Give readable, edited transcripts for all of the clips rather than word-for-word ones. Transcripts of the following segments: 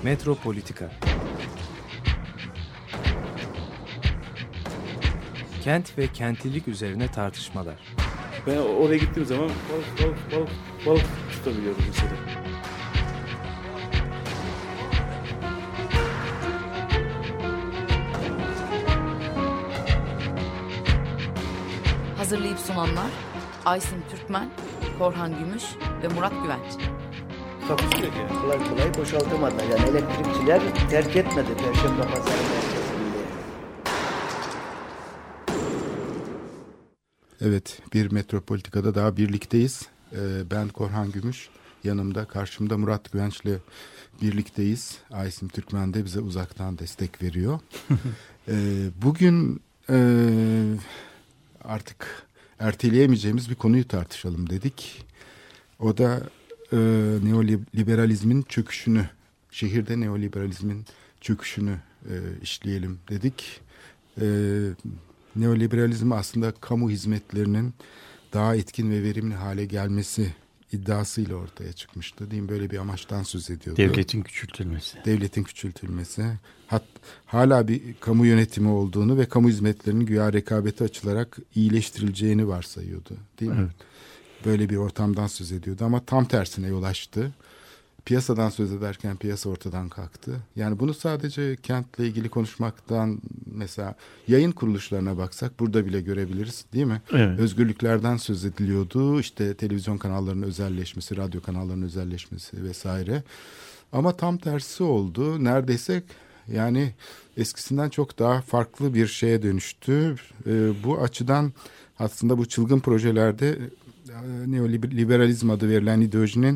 Metropolitika. Kent ve kentlilik üzerine tartışmalar. Ben oraya gittiğim zaman balık tutabiliyorum mesela. Hazırlayıp sunanlar Aysin Türkmen, Korhan Gümüş ve Murat Güvenç. Takusuyor ki. Kolay boşaltamadılar. Yani elektrikçiler terk etmedi Perşembe Pazarı merkezini. Evet, bir Metropolitika'da daha birlikteyiz. Ben Korhan Gümüş, yanımda, karşımda Murat Güvenç'le birlikteyiz. Aysim Türkmen de bize uzaktan destek veriyor. Bugün artık erteleyemeyeceğimiz bir konuyu tartışalım dedik. O da neoliberalizmin çöküşünü, şehirde neoliberalizmin çöküşünü işleyelim dedik. Neoliberalizm aslında kamu hizmetlerinin daha etkin ve verimli hale gelmesi iddiasıyla ortaya çıkmıştı. Değil mi? Böyle bir amaçtan söz ediyordu. Devletin küçültülmesi. Hala bir kamu yönetimi olduğunu ve kamu hizmetlerinin güya rekabete açılarak iyileştirileceğini varsayıyordu. Değil mi? Evet. Böyle bir ortamdan söz ediyordu ama tam tersine yol açtı. Piyasadan söz ederken piyasa ortadan kalktı. Yani bunu sadece kentle ilgili konuşmaktan, mesela yayın kuruluşlarına baksak burada bile görebiliriz, değil mi? Evet. Özgürlüklerden söz ediliyordu. İşte televizyon kanallarının özelleşmesi, radyo kanallarının özelleşmesi vesaire. Ama tam tersi oldu. Neredeyse yani eskisinden çok daha farklı bir şeye dönüştü. Bu açıdan aslında bu çılgın projelerde neoliberalizm adı verilen ideolojinin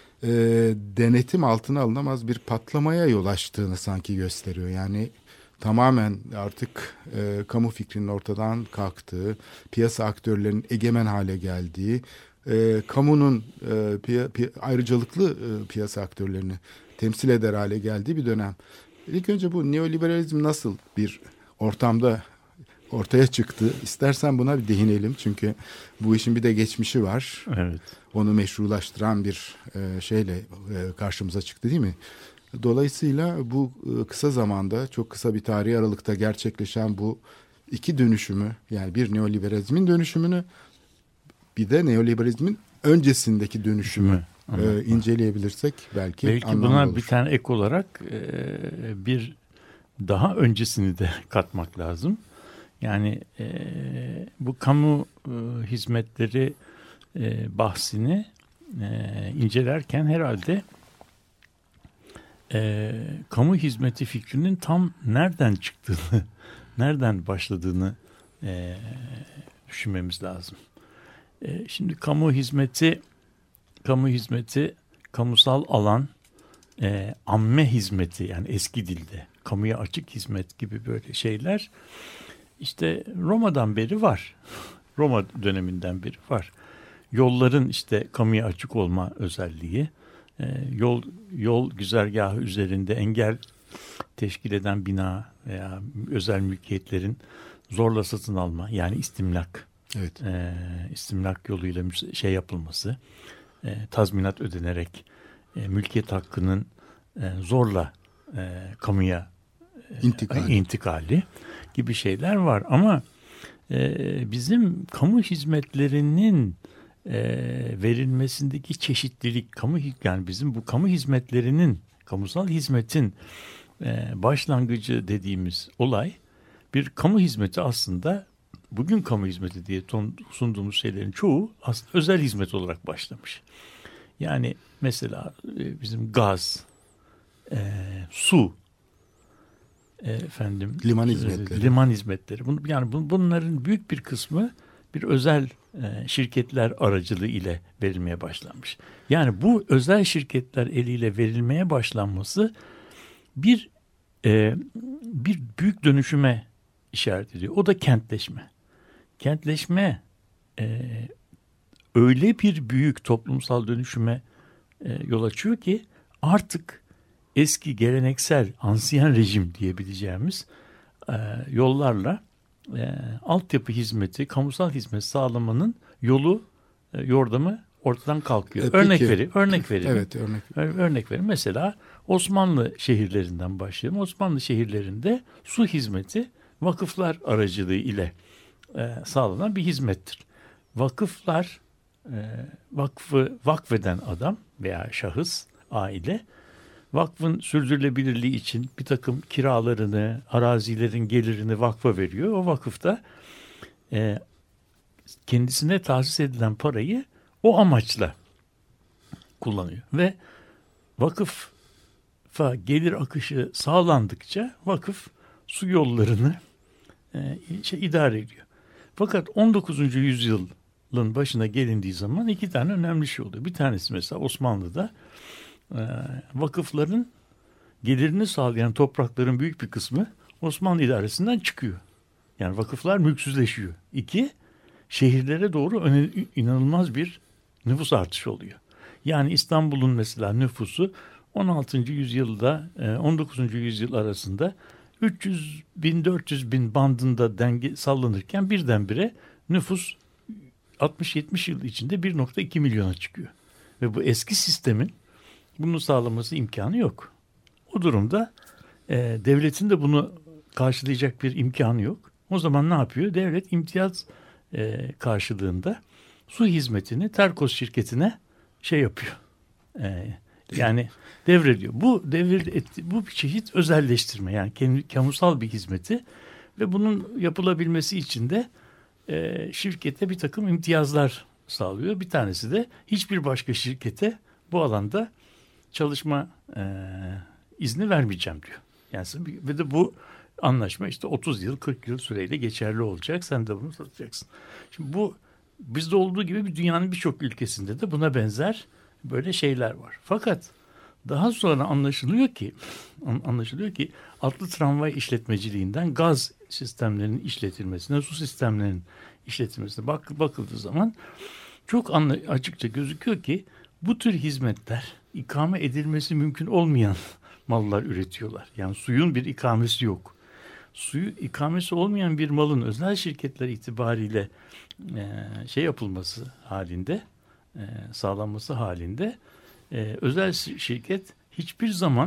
denetim altına alınamaz bir patlamaya yol açtığını sanki gösteriyor. Yani tamamen artık kamu fikrinin ortadan kalktığı, piyasa aktörlerinin egemen hale geldiği, kamunun ayrıcalıklı piyasa aktörlerini temsil eder hale geldiği bir dönem. İlk önce bu neoliberalizm nasıl bir ortamda ortaya çıktı? İstersen buna bir değinelim. Çünkü bu işin bir de geçmişi var. Evet. Onu meşrulaştıran bir şeyle karşımıza çıktı, değil mi? Dolayısıyla bu kısa zamanda, çok kısa bir tarihi aralıkta gerçekleşen bu iki dönüşümü, yani bir neoliberalizmin dönüşümünü, bir de neoliberalizmin öncesindeki dönüşümü inceleyebilirsek belki buna olur. Bir tane ek olarak bir daha öncesini de katmak lazım. Yani bu kamu hizmetleri bahsini incelerken herhalde kamu hizmeti fikrinin tam nereden çıktığını, nereden başladığını düşünmemiz lazım. Şimdi kamu hizmeti, kamusal alan, amme hizmeti, yani eski dilde kamuya açık hizmet gibi böyle şeyler İşte Roma'dan beri var. Roma döneminden beri var. Yolların işte kamuya açık olma özelliği, yol güzergahı üzerinde engel teşkil eden bina veya özel mülkiyetlerin zorla satın alma, yani istimlak. Evet. İstimlak yoluyla yapılması, tazminat ödenerek mülkiyet hakkının zorla kamuya intikali gibi şeyler var. Ama bizim kamu hizmetlerinin verilmesindeki çeşitlilik, yani bizim bu kamu hizmetlerinin, kamusal hizmetin başlangıcı dediğimiz olay, bir kamu hizmeti aslında bugün kamu hizmeti diye sunduğumuz şeylerin çoğu aslında özel hizmet olarak başlamış. Yani mesela bizim gaz, su, liman hizmetleri. Bunların büyük bir kısmı bir özel şirketler aracılığı ile verilmeye başlanmış. Yani bu özel şirketler eliyle verilmeye başlanması bir büyük dönüşüme işaret ediyor. O da kentleşme. Kentleşme öyle bir büyük toplumsal dönüşüme yol açıyor ki artık eski geleneksel ansiyen rejim diyebileceğimiz yollarla altyapı hizmeti, kamusal hizmet sağlamanın yordamı ortadan kalkıyor. Peki. Örnek vereyim. Evet, Örnek vereyim. Mesela Osmanlı şehirlerinden başlayalım. Osmanlı şehirlerinde su hizmeti vakıflar aracılığı ile sağlanan bir hizmettir. Vakıflar, vakfı vakfeden adam veya şahıs, aile, vakfın sürdürülebilirliği için bir takım kiralarını, arazilerin gelirini vakfa veriyor. O vakıfta kendisine tahsis edilen parayı o amaçla kullanıyor. Ve vakıfa gelir akışı sağlandıkça vakıf su yollarını idare ediyor. Fakat 19. yüzyılın başına gelindiği zaman iki tane önemli şey oluyor. Bir tanesi mesela Osmanlı'da vakıfların gelirini sağlayan toprakların büyük bir kısmı Osmanlı idaresinden çıkıyor. Yani vakıflar mülksüzleşiyor. 2, şehirlere doğru inanılmaz bir nüfus artışı oluyor. Yani İstanbul'un mesela nüfusu 16. yüzyılda 19. yüzyıl arasında 300 bin 400 bin bandında denge sallanırken birdenbire nüfus 60-70 yıl içinde 1.2 milyona çıkıyor. Ve bu eski sistemin bunu sağlaması imkanı yok. O durumda devletin de bunu karşılayacak bir imkanı yok. O zaman ne yapıyor? Devlet imtiyaz karşılığında su hizmetini Terkos şirketine yapıyor. Yani devrediyor. Bu bir çeşit özelleştirme, yani kamusal bir hizmeti ve bunun yapılabilmesi için de şirkete bir takım imtiyazlar sağlıyor. Bir tanesi de hiçbir başka şirkete bu alanda çalışma izni vermeyeceğim diyor. Yani ve de bu anlaşma 30 yıl 40 yıl süreyle geçerli olacak. Sen de bunu satacaksın. Şimdi bu bizde olduğu gibi dünyanın birçok ülkesinde de buna benzer böyle şeyler var. Fakat daha sonra anlaşılıyor ki atlı tramvay işletmeciliğinden gaz sistemlerinin işletilmesine, su sistemlerinin işletilmesine bakıldığı zaman çok açıkça gözüküyor ki bu tür hizmetler ikame edilmesi mümkün olmayan mallar üretiyorlar. Yani suyun bir ikamesi yok. Suyu ikamesi olmayan bir malın özel şirketler itibariyle yapılması halinde, sağlanması halinde özel şirket hiçbir zaman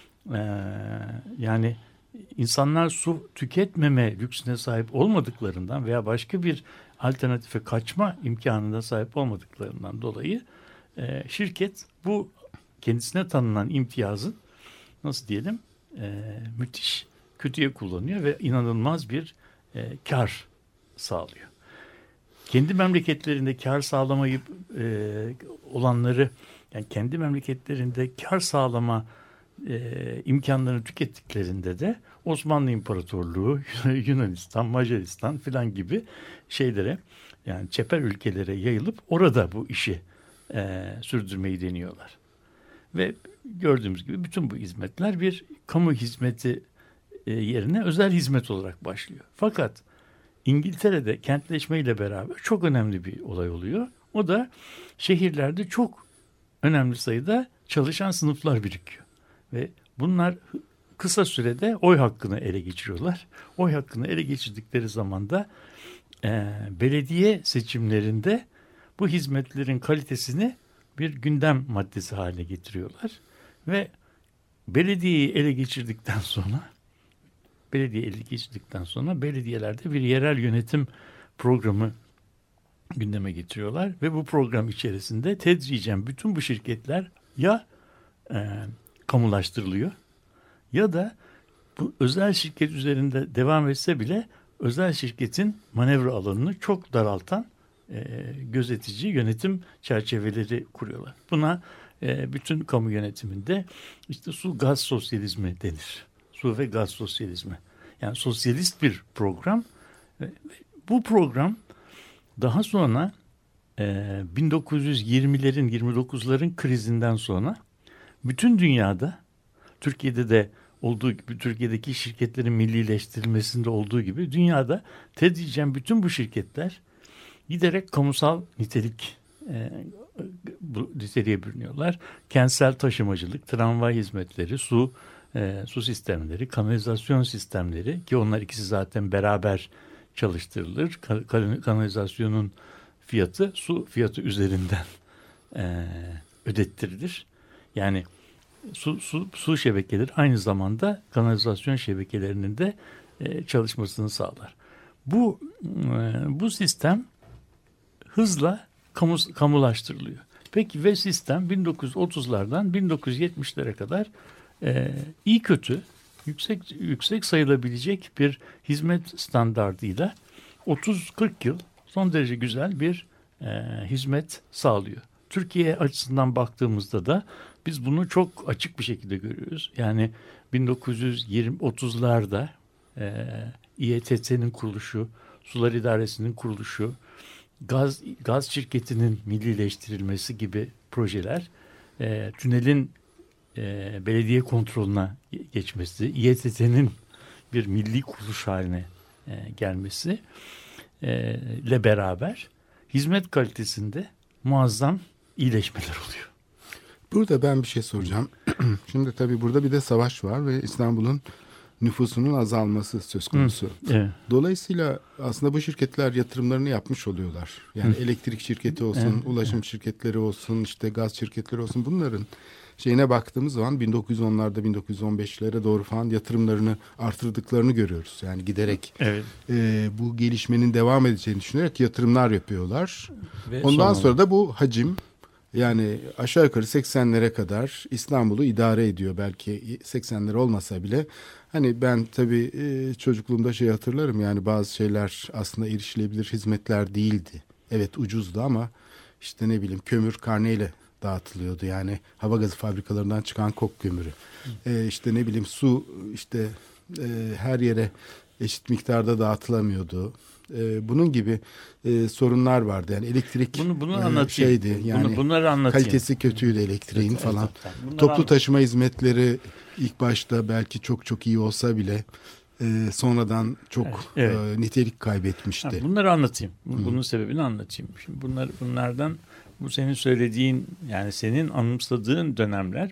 yani insanlar su tüketmeme lüksüne sahip olmadıklarından veya başka bir alternatife kaçma imkanına sahip olmadıklarından dolayı şirket bu kendisine tanınan imtiyazın müthiş kötüye kullanıyor ve inanılmaz bir kar sağlıyor. Kendi memleketlerinde kar sağlamayıp olanları, yani kendi memleketlerinde kar sağlama imkanlarını tükettiklerinde de Osmanlı İmparatorluğu, Yunanistan, Macaristan filan gibi şeylere, yani çeper ülkelere yayılıp orada bu işi sürdürmeyi deniyorlar. Ve gördüğümüz gibi bütün bu hizmetler bir kamu hizmeti yerine özel hizmet olarak başlıyor. Fakat İngiltere'de kentleşmeyle beraber çok önemli bir olay oluyor. O da şehirlerde çok önemli sayıda çalışan sınıflar birikiyor. Ve bunlar kısa sürede oy hakkını ele geçiriyorlar. Oy hakkını ele geçirdikleri zaman da belediye seçimlerinde bu hizmetlerin kalitesini bir gündem maddesi haline getiriyorlar. Ve belediyeyi ele geçirdikten sonra belediyelerde bir yerel yönetim programı gündeme getiriyorlar ve bu program içerisinde tedricen bütün bu şirketler ya kamulaştırılıyor ya da bu özel şirket üzerinde devam etse bile özel şirketin manevra alanını çok daraltan gözetici yönetim çerçeveleri kuruyorlar. Buna bütün kamu yönetiminde su gaz sosyalizmi denir. Su ve gaz sosyalizmi. Yani sosyalist bir program. Bu program daha sonra 1920'lerin 29'ların krizinden sonra bütün dünyada, Türkiye'de de olduğu gibi, Türkiye'deki şirketlerin millileştirilmesinde olduğu gibi dünyada tedricen bütün bu şirketler giderek kamusal niteliğe bürünüyorlar. Kentsel taşımacılık, tramvay hizmetleri, su sistemleri, kanalizasyon sistemleri, ki onlar ikisi zaten beraber çalıştırılır. Kanalizasyonun fiyatı su fiyatı üzerinden ödettirilir. Yani su şebekeleri aynı zamanda kanalizasyon şebekelerinin de çalışmasını sağlar. Bu sistem hızla kamulaştırılıyor. Peki ve sistem 1930'lardan 1970'lere kadar iyi kötü yüksek sayılabilecek bir hizmet standardıyla 30-40 yıl son derece güzel bir hizmet sağlıyor. Türkiye açısından baktığımızda da biz bunu çok açık bir şekilde görüyoruz. Yani 1930'larda İETT'nin kuruluşu, Sular İdaresi'nin kuruluşu, gaz şirketinin millileştirilmesi gibi projeler, tünelin belediye kontrolüne geçmesi, İETT'nin bir milli kuruluş haline gelmesi ile beraber hizmet kalitesinde muazzam iyileşmeler oluyor. Burada ben bir şey soracağım. Şimdi tabii burada bir de savaş var ve İstanbul'un nüfusunun azalması söz konusu. Evet. Dolayısıyla aslında bu şirketler yatırımlarını yapmış oluyorlar. Yani elektrik şirketi olsun, ulaşım şirketleri olsun, işte gaz şirketleri olsun, bunların şeyine baktığımız zaman 1910'larda 1915'lere doğru falan yatırımlarını artırdıklarını görüyoruz. Yani giderek bu gelişmenin devam edeceğini düşünerek yatırımlar yapıyorlar. Ve ondan sonra da bu hacim, yani aşağı yukarı 80'lere kadar İstanbul'u idare ediyor. Belki 80'ler olmasa bile. Hani ben tabii çocukluğumda hatırlarım, yani bazı şeyler aslında erişilebilir hizmetler değildi. Evet, ucuzdu ama işte ne bileyim kömür karneyle dağıtılıyordu. Yani hava gazı fabrikalarından çıkan kok kömürü. İşte ne bileyim su işte her yere eşit miktarda dağıtılamıyordu. Bunun gibi sorunlar vardı. Yani elektrik şeydi. Yani bunları anlatayım. Kalitesi kötüydü elektriğin falan. Toplu taşıma hizmetleri ilk başta belki çok iyi olsa bile sonradan çok nitelik kaybetmişti. Bunları anlatayım. Bunun sebebini anlatayım. Şimdi bunlardan bu senin söylediğin, yani senin anımsadığın dönemler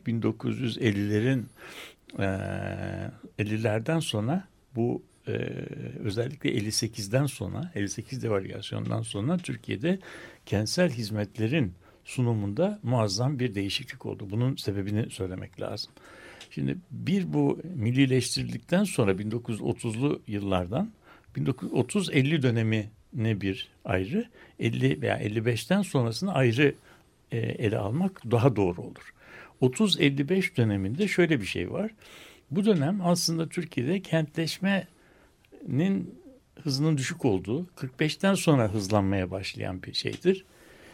1950'lerden sonra, bu özellikle 58'den sonra, 58 devalüasyondan sonra Türkiye'de kentsel hizmetlerin sunumunda muazzam bir değişiklik oldu. Bunun sebebini söylemek lazım. Şimdi bu millileştirildikten sonra 1930'lu yıllardan 1930-50 dönemine bir ayrı, 50 veya 55'ten sonrasını ayrı ele almak daha doğru olur. 30-55 döneminde şöyle bir şey var. Bu dönem aslında Türkiye'de kentleşmenin hızının düşük olduğu, 45'ten sonra hızlanmaya başlayan bir şeydir.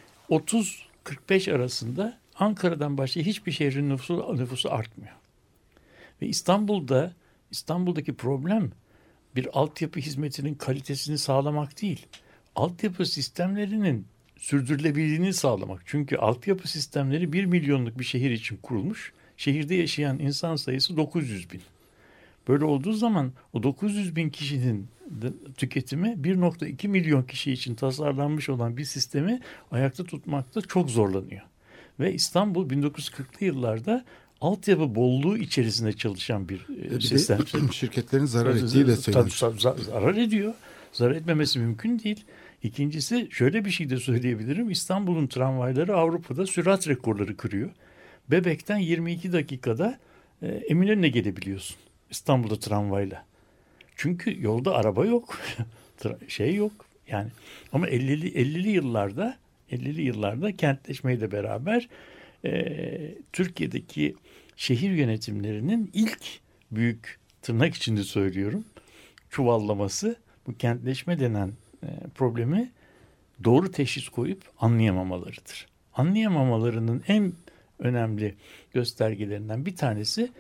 30-45 arasında Ankara'dan başka hiçbir şehrin nüfusu artmıyor. Ve İstanbul'daki problem bir altyapı hizmetinin kalitesini sağlamak değil, altyapı sistemlerinin sürdürülebilirliğini sağlamak. Çünkü altyapı sistemleri 1 milyonluk bir şehir için kurulmuş. Şehirde yaşayan insan sayısı 900 bin. Böyle olduğu zaman o 900 bin kişinin tüketimi 1,2 milyon kişi için tasarlanmış olan bir sistemi ayakta tutmakta çok zorlanıyor. Ve İstanbul 1940'lı yıllarda altyapı bolluğu içerisinde çalışan bir sistem. Şirketlerin zarar ettiği de söylenmiş. Zarar ediyor. Zarar etmemesi mümkün değil. İkincisi, şöyle bir şey de söyleyebilirim. İstanbul'un tramvayları Avrupa'da sürat rekorları kırıyor. Bebek'ten 22 dakikada Eminönü'ne gelebiliyorsun İstanbul'da tramvayla. Çünkü yolda araba yok. Yok. Yani ama 50'li yıllarda kentleşmeyle beraber Türkiye'deki şehir yönetimlerinin ilk büyük, tırnak içinde söylüyorum, çuvallaması, bu kentleşme denen problemi doğru teşhis koyup anlayamamalarıdır. Anlayamamalarının en önemli göstergelerinden bir tanesi,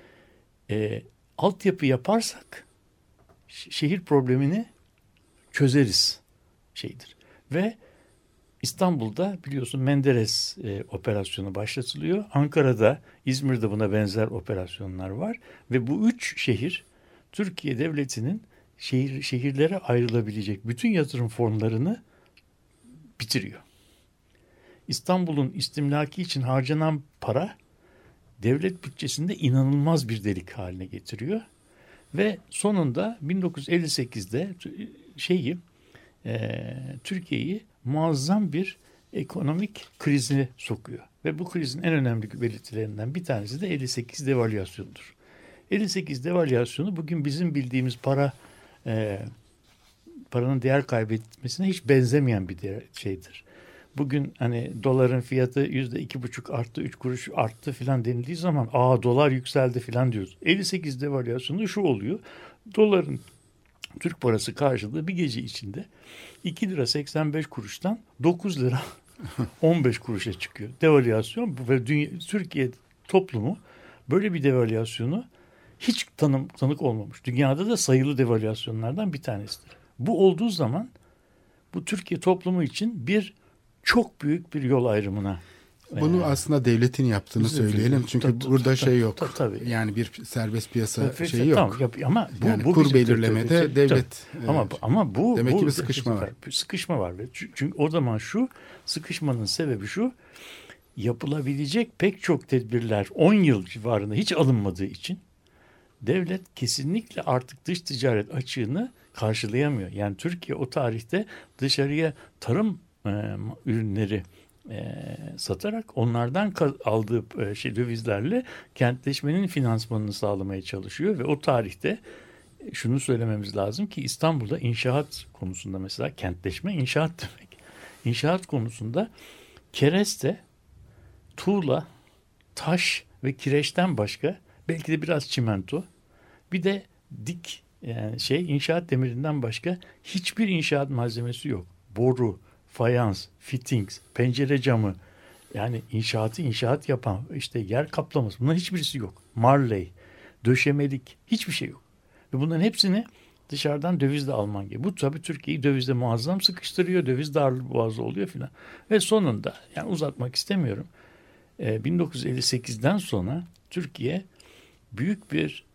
altyapı yaparsak şehir problemini çözeriz şeydir. Ve İstanbul'da biliyorsun Menderes operasyonu başlatılıyor. Ankara'da, İzmir'de buna benzer operasyonlar var. Ve bu 3 şehir Türkiye Devleti'nin şehirlere ayrılabilecek bütün yatırım fonlarını bitiriyor. İstanbul'un istimlaki için harcanan para devlet bütçesinde inanılmaz bir delik haline getiriyor. Ve sonunda 1958'de Türkiye'yi muazzam bir ekonomik krizine sokuyor. Ve bu krizin en önemli belirtilerinden bir tanesi de 58 devalüasyonudur. 58 devalüasyonu bugün bizim bildiğimiz paranın değer kaybetmesine hiç benzemeyen bir şeydir. Bugün hani doların fiyatı %2,5 arttı, 3 kuruş arttı filan denildiği zaman dolar yükseldi filan diyoruz. 58 devalüasyonu şu oluyor. Doların Türk parası karşılığı bir gece içinde 2 lira 85 kuruştan 9 lira 15 kuruşa çıkıyor. Devalüasyon ve Türkiye toplumu böyle bir devalüasyonu hiç tanık olmamış. Dünyada da sayılı devalüasyonlardan bir tanesidir. Bu olduğu zaman bu Türkiye toplumu için çok büyük bir yol ayrımına. Bunu aslında devletin yaptığını söyleyelim. Çünkü burada şey yok. Tabii. Yani bir serbest piyasa şeyi yok. Tamam, ama bu kur belirlemede devlet. Ama bu demek ki bir sıkışma var. Sıkışma var. Çünkü o zaman sıkışmanın sebebi şu. Yapılabilecek pek çok tedbirler 10 yıl civarında hiç alınmadığı için devlet kesinlikle artık dış ticaret açığını karşılayamıyor. Yani Türkiye o tarihte dışarıya tarım ürünleri satarak onlardan aldığı dövizlerle kentleşmenin finansmanını sağlamaya çalışıyor ve o tarihte şunu söylememiz lazım ki İstanbul'da inşaat konusunda mesela kentleşme inşaat demek. İnşaat konusunda kereste, tuğla, taş ve kireçten başka belki de biraz çimento bir de inşaat demirinden başka hiçbir inşaat malzemesi yok. Boru, fayans, fittings, pencere camı yani inşaat yapan yer kaplaması bunların hiçbirisi yok. Marley, döşemelik hiçbir şey yok. Ve bunların hepsini dışarıdan dövizle alman gerekiyor. Bu tabii Türkiye'yi dövizle muazzam sıkıştırıyor. Döviz darlı boğazı oluyor filan. Ve sonunda yani uzatmak istemiyorum. 1958'den sonra Türkiye büyük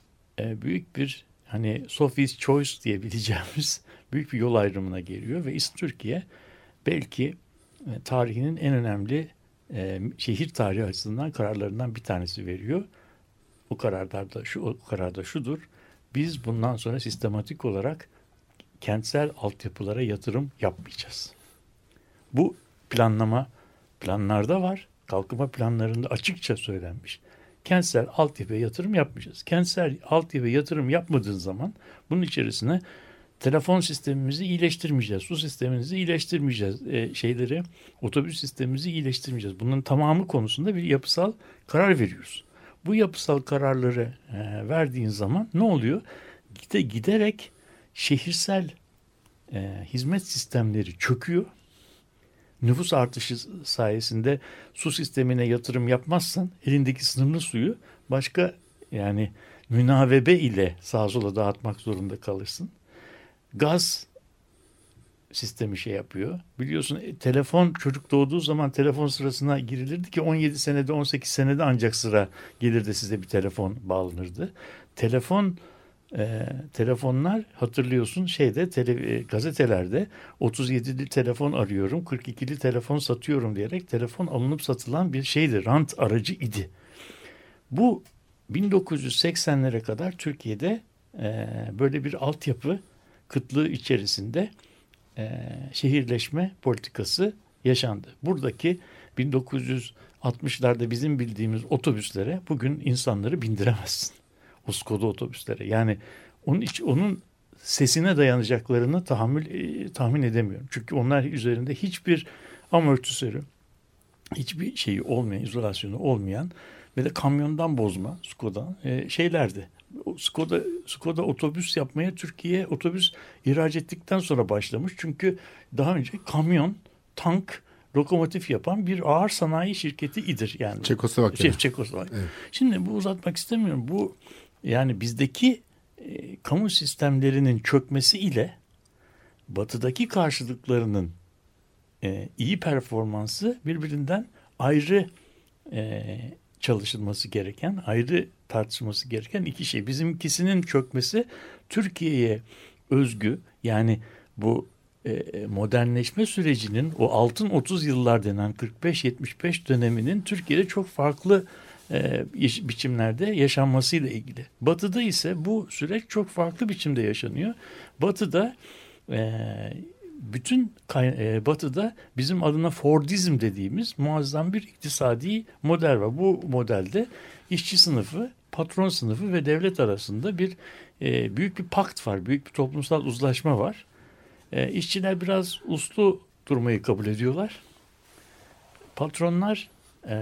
bir hani Sophie's Choice diyebileceğimiz büyük bir yol ayrımına geliyor ve Türkiye belki tarihinin en önemli şehir tarihi açısından kararlarından bir tanesi veriyor. O kararda şudur. Biz bundan sonra sistematik olarak kentsel altyapılara yatırım yapmayacağız. Bu planlarda var. Kalkınma planlarında açıkça söylenmiş. Kentsel altyapıya yatırım yapmayacağız. Kentsel altyapıya yatırım yapmadığın zaman bunun içerisine telefon sistemimizi iyileştirmeyeceğiz. Su sistemimizi iyileştirmeyeceğiz. Otobüs sistemimizi iyileştirmeyeceğiz. Bunların tamamı konusunda bir yapısal karar veriyoruz. Bu yapısal kararları verdiğin zaman ne oluyor? Giderek şehirsel hizmet sistemleri çöküyor. Nüfus artışı sayesinde su sistemine yatırım yapmazsan elindeki sınırlı suyu başka yani münavebe ile sağa sola dağıtmak zorunda kalırsın. Gaz sistemi yapıyor. Biliyorsun telefon çocuk doğduğu zaman telefon sırasına girilirdi ki 17 senede 18 senede ancak sıra gelirdi size bir telefon bağlanırdı. Telefonlar hatırlıyorsun gazetelerde 37'li telefon arıyorum 42'li telefon satıyorum diyerek telefon alınıp satılan bir rant aracı idi. Bu 1980'lere kadar Türkiye'de böyle bir altyapı kıtlığı içerisinde şehirleşme politikası yaşandı. Buradaki 1960'larda bizim bildiğimiz otobüslere bugün insanları bindiremezsin. O Skoda otobüslere. Yani onun sesine dayanacaklarını tahmin edemiyorum. Çünkü onlar üzerinde hiçbir amortisörü, hiçbir şeyi olmayan, izolasyonu olmayan ve de kamyondan bozma Skoda şeylerdi. Skoda otobüs yapmaya Türkiye otobüs ihraç ettikten sonra başlamış. Çünkü daha önce kamyon, tank, lokomotif yapan bir ağır sanayi şirketi idir. Yani Çekoslovakya. Evet. Şimdi bu uzatmak istemiyorum. Bu yani bizdeki kamu sistemlerinin çökmesi ile batıdaki karşılıklarının iyi performansı birbirinden ayrı çalışılması gereken, ayrı tartışılması gereken iki şey. Bizimkisinin çökmesi Türkiye'ye özgü yani bu modernleşme sürecinin o altın 30 yıllar denen 45-75 döneminin Türkiye'de çok farklı biçimlerde yaşanmasıyla ilgili. Batı'da ise bu süreç çok farklı biçimde yaşanıyor. Batı'da bütün Batı'da bizim adına Fordizm dediğimiz muazzam bir iktisadi model var. Bu modelde işçi sınıfı, patron sınıfı ve devlet arasında bir büyük bir pakt var. Büyük bir toplumsal uzlaşma var. İşçiler biraz uslu durmayı kabul ediyorlar. Patronlar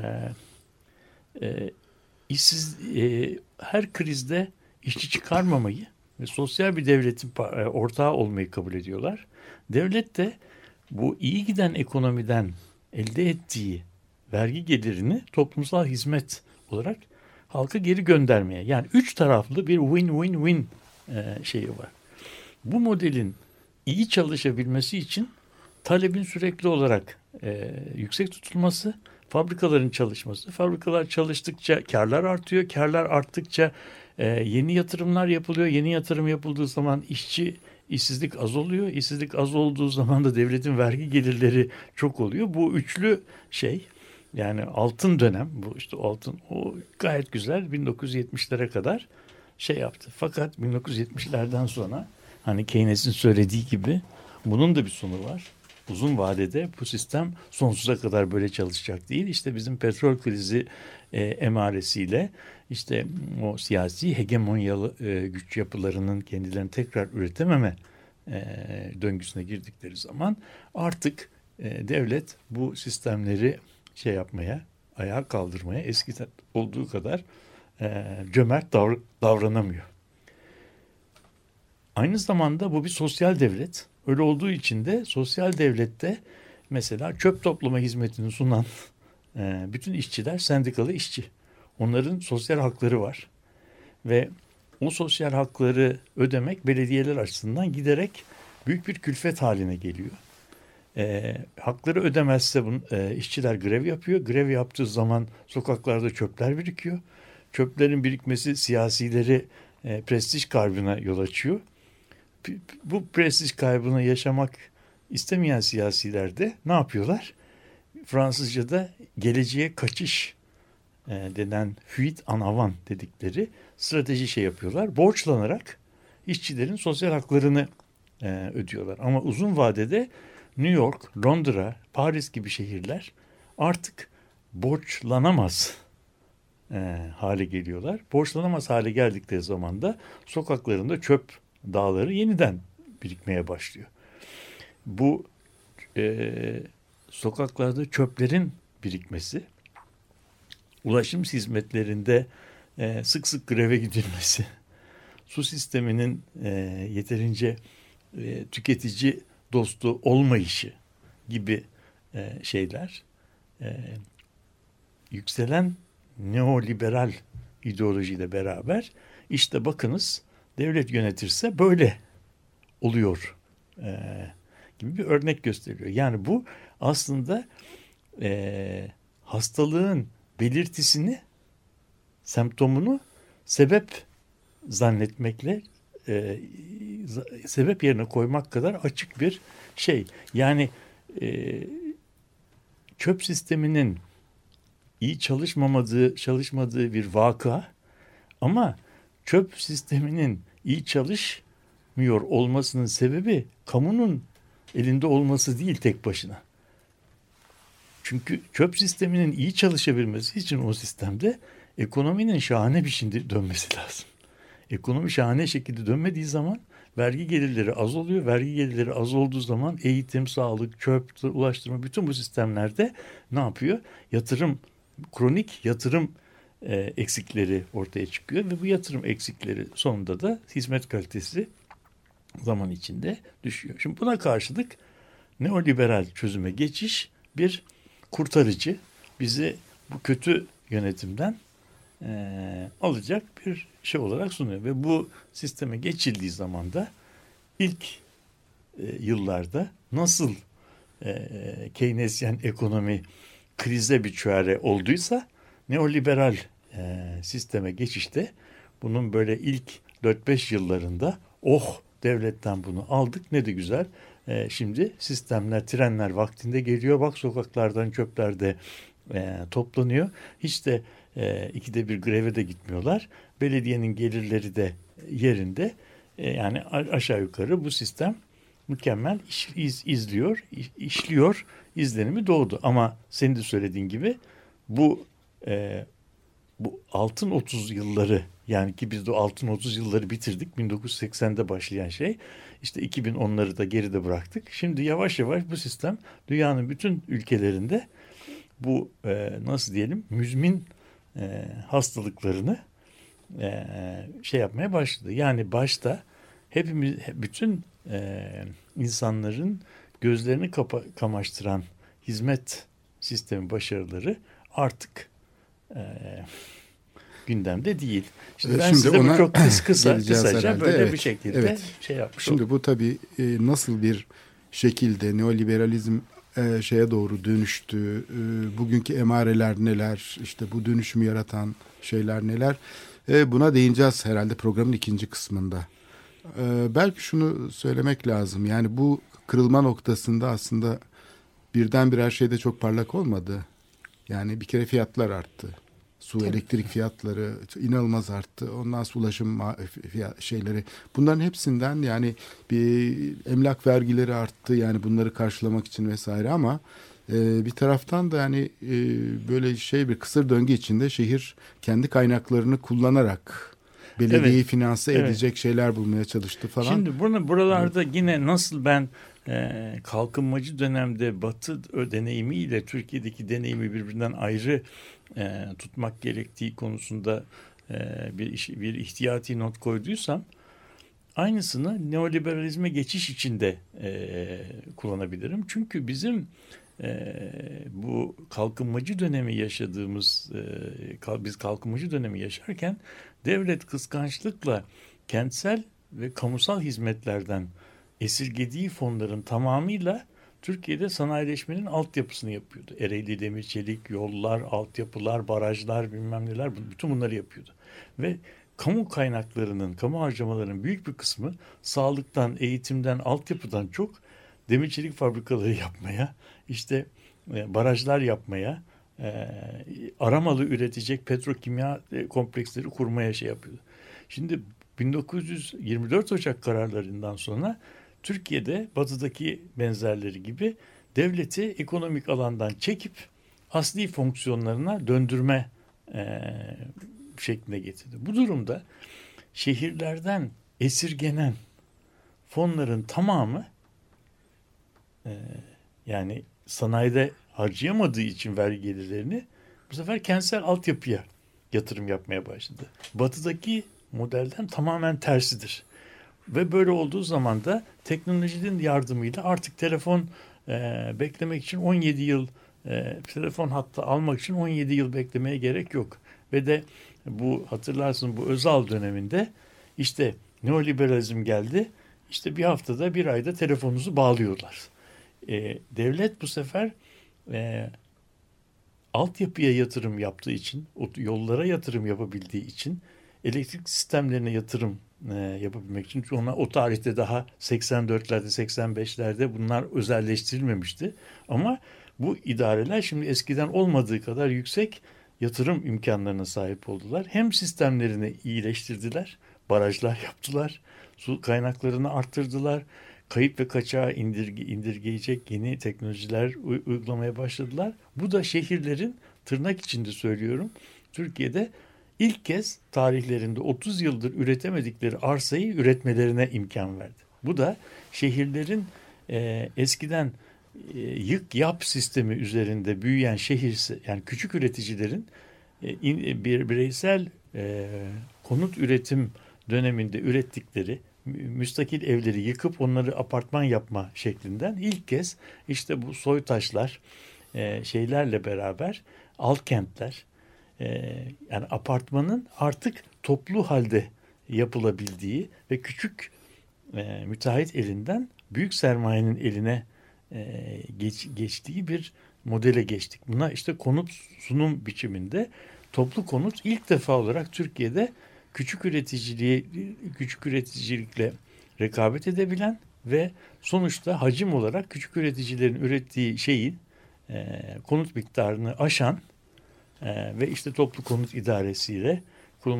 işsiz her krizde işçi çıkarmamayı ve sosyal bir devletin ortağı olmayı kabul ediyorlar. Devlet de bu iyi giden ekonomiden elde ettiği vergi gelirini toplumsal hizmet olarak halka geri göndermeye. Yani 3 taraflı bir win-win-win şeyi var. Bu modelin iyi çalışabilmesi için talebin sürekli olarak yüksek tutulması, fabrikaların çalışması. Fabrikalar çalıştıkça karlar artıyor. Karlar arttıkça yeni yatırımlar yapılıyor. Yeni yatırım yapıldığı zaman işsizlik az oluyor. İşsizlik az olduğu zaman da devletin vergi gelirleri çok oluyor. Bu üçlü şey, yani altın dönem, bu işte altın, o gayet güzel 1970'lere kadar şey yaptı. Fakat 1970'lerden sonra hani Keynes'in söylediği gibi bunun da bir sonu var. Uzun vadede bu sistem sonsuza kadar böyle çalışacak değil. İşte bizim petrol krizi emaresiyle işte o siyasi hegemonyalı güç yapılarının kendilerini tekrar üretememe döngüsüne girdikleri zaman artık devlet bu sistemleri şey yapmaya, ayağa kaldırmaya eski olduğu kadar cömert davranamıyor. Aynı zamanda bu bir sosyal devlet. Öyle olduğu için de sosyal devlette mesela çöp toplama hizmetini sunan bütün işçiler sendikalı işçi. Onların sosyal hakları var. Ve o sosyal hakları ödemek belediyeler açısından giderek büyük bir külfet haline geliyor. Hakları ödemezse işçiler grev yapıyor. Grev yaptığı zaman sokaklarda çöpler birikiyor. Çöplerin birikmesi siyasileri prestij kaybına yol açıyor. Bu prestij kaybını yaşamak istemeyen siyasiler de ne yapıyorlar? Fransızca'da geleceğe kaçış denen fuite en avant dedikleri strateji şey yapıyorlar. Borçlanarak işçilerin sosyal haklarını ödüyorlar. Ama uzun vadede New York, Londra, Paris gibi şehirler artık borçlanamaz hale geliyorlar. Borçlanamaz hale geldikleri zaman da sokaklarında çöp dağları yeniden birikmeye başlıyor. Bu sokaklarda çöplerin birikmesi, ulaşım hizmetlerinde sık sık greve gidilmesi, su sisteminin yeterince tüketici dostu olmayışı gibi şeyler, yükselen neoliberal ideolojiyle beraber işte bakınız devlet yönetirse böyle oluyor gibi bir örnek gösteriyor. Yani bu aslında hastalığın belirtisini, semptomunu sebep zannetmekle sebep yerine koymak kadar açık bir şey. Yani çöp sisteminin iyi çalışmadığı bir vaka, ama çöp sisteminin iyi çalışmıyor olmasının sebebi kamunun elinde olması değil tek başına. Çünkü çöp sisteminin iyi çalışabilmesi için o sistemde ekonominin şahane bir şekilde dönmesi lazım. Ekonomi şahane şekilde dönmediği zaman vergi gelirleri az oluyor. Vergi gelirleri az olduğu zaman eğitim, sağlık, çöp, ulaştırma, bütün bu sistemlerde ne yapıyor? Kronik yatırım eksikleri ortaya çıkıyor ve bu yatırım eksikleri sonunda da hizmet kalitesi zaman içinde düşüyor. Şimdi buna karşılık neoliberal çözüme geçiş bir kurtarıcı, bizi bu kötü yönetimden alacak bir şey olarak sunuyor. Ve bu sisteme geçildiği zaman da ilk yıllarda nasıl Keynesyen ekonomi krize bir çare olduysa neoliberal sisteme geçişte bunun böyle ilk 4-5 yıllarında devletten bunu aldık ne de güzel. Şimdi sistemler, trenler vaktinde geliyor. Bak sokaklardan çöpler de toplanıyor. Hiç de ikide bir greve de gitmiyorlar. Belediyenin gelirleri de yerinde. Yani aşağı yukarı bu sistem mükemmel işliyor izlenimi doğdu. Ama senin de söylediğin gibi bu altın 30 yılları, yani ki biz de altın 30 yılları bitirdik. 1980'de başlayan şey. İşte 2010'ları da geride bıraktık. Şimdi yavaş yavaş bu sistem dünyanın bütün ülkelerinde bu nasıl diyelim müzmin hastalıklarını yapmaya başladı. Yani başta hepimiz, bütün insanların gözlerini kamaştıran hizmet sistemi başarıları artık gündemde değil. Şimdi ben size bu çok kısaca böyle bir şekilde yapmış oldum. Şimdi bu tabii nasıl bir şekilde neoliberalizm şeye doğru dönüştü, bugünkü emareler neler, işte bu dönüşümü yaratan şeyler neler, buna değineceğiz herhalde programın ikinci kısmında. Belki şunu söylemek lazım, yani bu kırılma noktasında aslında birdenbire her şeyde çok parlak olmadı. Yani bir kere fiyatlar arttı. Su, elektrik fiyatları inanılmaz arttı. Ondan sonra ulaşım şeyleri. Bunların hepsinden yani bir emlak vergileri arttı. Yani bunları karşılamak için vesaire, ama bir taraftan da yani böyle bir kısır döngü içinde şehir kendi kaynaklarını kullanarak belediyeyi finanse edecek şeyler bulmaya çalıştı falan. Şimdi buralarda yine nasıl ben kalkınmacı dönemde Batı deneyimiyle Türkiye'deki deneyimi birbirinden ayrı tutmak gerektiği konusunda bir ihtiyati not koyduysam, aynısını neoliberalizme geçiş içinde kullanabilirim. Çünkü bizim bu kalkınmacı dönemi yaşadığımız, biz kalkınmacı dönemi yaşarken devlet kıskançlıkla kentsel ve kamusal hizmetlerden esirgediği fonların tamamıyla Türkiye'de sanayileşmenin altyapısını yapıyordu. Ereğli Demir Çelik, yollar, altyapılar, barajlar, bilmem neler, bütün bunları yapıyordu. Ve kamu kaynaklarının, kamu harcamalarının büyük bir kısmı sağlıktan, eğitimden, altyapıdan çok demir çelik fabrikaları yapmaya, işte barajlar yapmaya, aramalı üretecek petrokimya kompleksleri kurmaya yapıyordu. Şimdi 1924 Ocak kararlarından sonra Türkiye'de batıdaki benzerleri gibi devleti ekonomik alandan çekip asli fonksiyonlarına döndürme şekline getirdi. Bu durumda şehirlerden esirgenen fonların tamamı yani sanayide harcayamadığı için vergi gelirlerini bu sefer kentsel altyapıya yatırım yapmaya başladı. Batıdaki modelden tamamen tersidir. Ve böyle olduğu zaman da teknolojinin yardımıyla artık telefon beklemek için 17 yıl telefon hattı almak için 17 yıl beklemeye gerek yok. Ve de bu, hatırlarsın, bu Özal döneminde işte neoliberalizm geldi. İşte bir haftada, bir ayda telefonunuzu bağlıyorlar. Devlet bu sefer altyapıya yatırım yaptığı için, yollara yatırım yapabildiği için, elektrik sistemlerine yatırım yapabilmek için, çünkü o tarihte daha 84'lerde 85'lerde bunlar özelleştirilmemişti. Ama bu idareler şimdi eskiden olmadığı kadar yüksek yatırım imkanlarına sahip oldular. Hem sistemlerini iyileştirdiler, barajlar yaptılar, su kaynaklarını arttırdılar, kayıp ve kaçağı indirgeyecek yeni teknolojiler uygulamaya başladılar. Bu da şehirlerin, tırnak içinde söylüyorum, Türkiye'de ilk kez tarihlerinde 30 yıldır üretemedikleri arsayı üretmelerine imkan verdi. Bu da şehirlerin eskiden yık yap sistemi üzerinde büyüyen yani küçük üreticilerin bir bireysel konut üretim döneminde ürettikleri müstakil evleri yıkıp onları apartman yapma şeklinden ilk kez işte bu soytaşlar şeylerle beraber alt kentler, yani apartmanın artık toplu halde yapılabildiği ve küçük müteahhit elinden büyük sermayenin eline geçtiği bir modele geçtik. Buna işte konut sunum biçiminde toplu konut ilk defa olarak Türkiye'de küçük üreticilikle rekabet edebilen ve sonuçta hacim olarak küçük üreticilerin ürettiği şeyin konut miktarını aşan ve işte toplu konut idaresiyle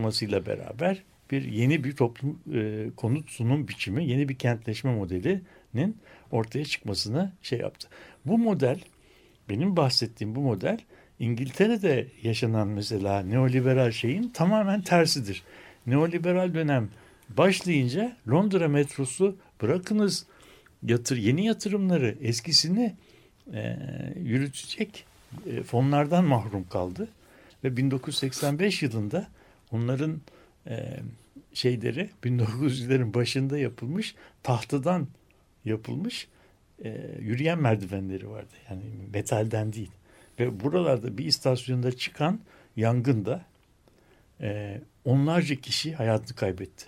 kurulmasıyla beraber yeni bir toplum konut sunum biçimi, yeni bir kentleşme modeli modelinin ortaya çıkmasını şey yaptı. Bu model, benim bahsettiğim bu model İngiltere'de yaşanan mesela neoliberal şeyin tamamen tersidir. Neoliberal dönem başlayınca Londra metrosu bırakınız yeni yatırımları eskisini yürütecek fonlardan mahrum kaldı. Ve 1985 yılında onların 1900'lerin başında yapılmış tahtadan yapılmış yürüyen merdivenleri vardı. Yani metalden değil. Ve buralarda bir istasyonda çıkan yangında onlarca kişi hayatını kaybetti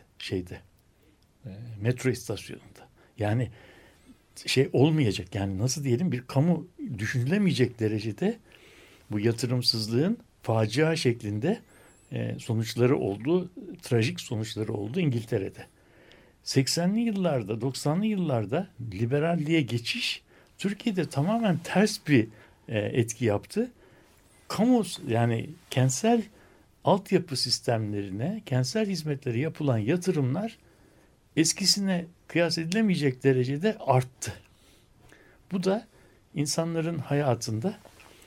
metro istasyonunda. Yani olmayacak, yani nasıl diyelim, bir kamu düşünülemeyecek derecede bu yatırımsızlığın facia şeklinde sonuçları oldu, trajik sonuçları oldu İngiltere'de. 80'li yıllarda, 90'lı yıllarda liberalliğe geçiş Türkiye'de tamamen ters bir etki yaptı. Yani kentsel altyapı sistemlerine, kentsel hizmetlere yapılan yatırımlar eskisine kıyas edilemeyecek derecede arttı. Bu da insanların hayatında,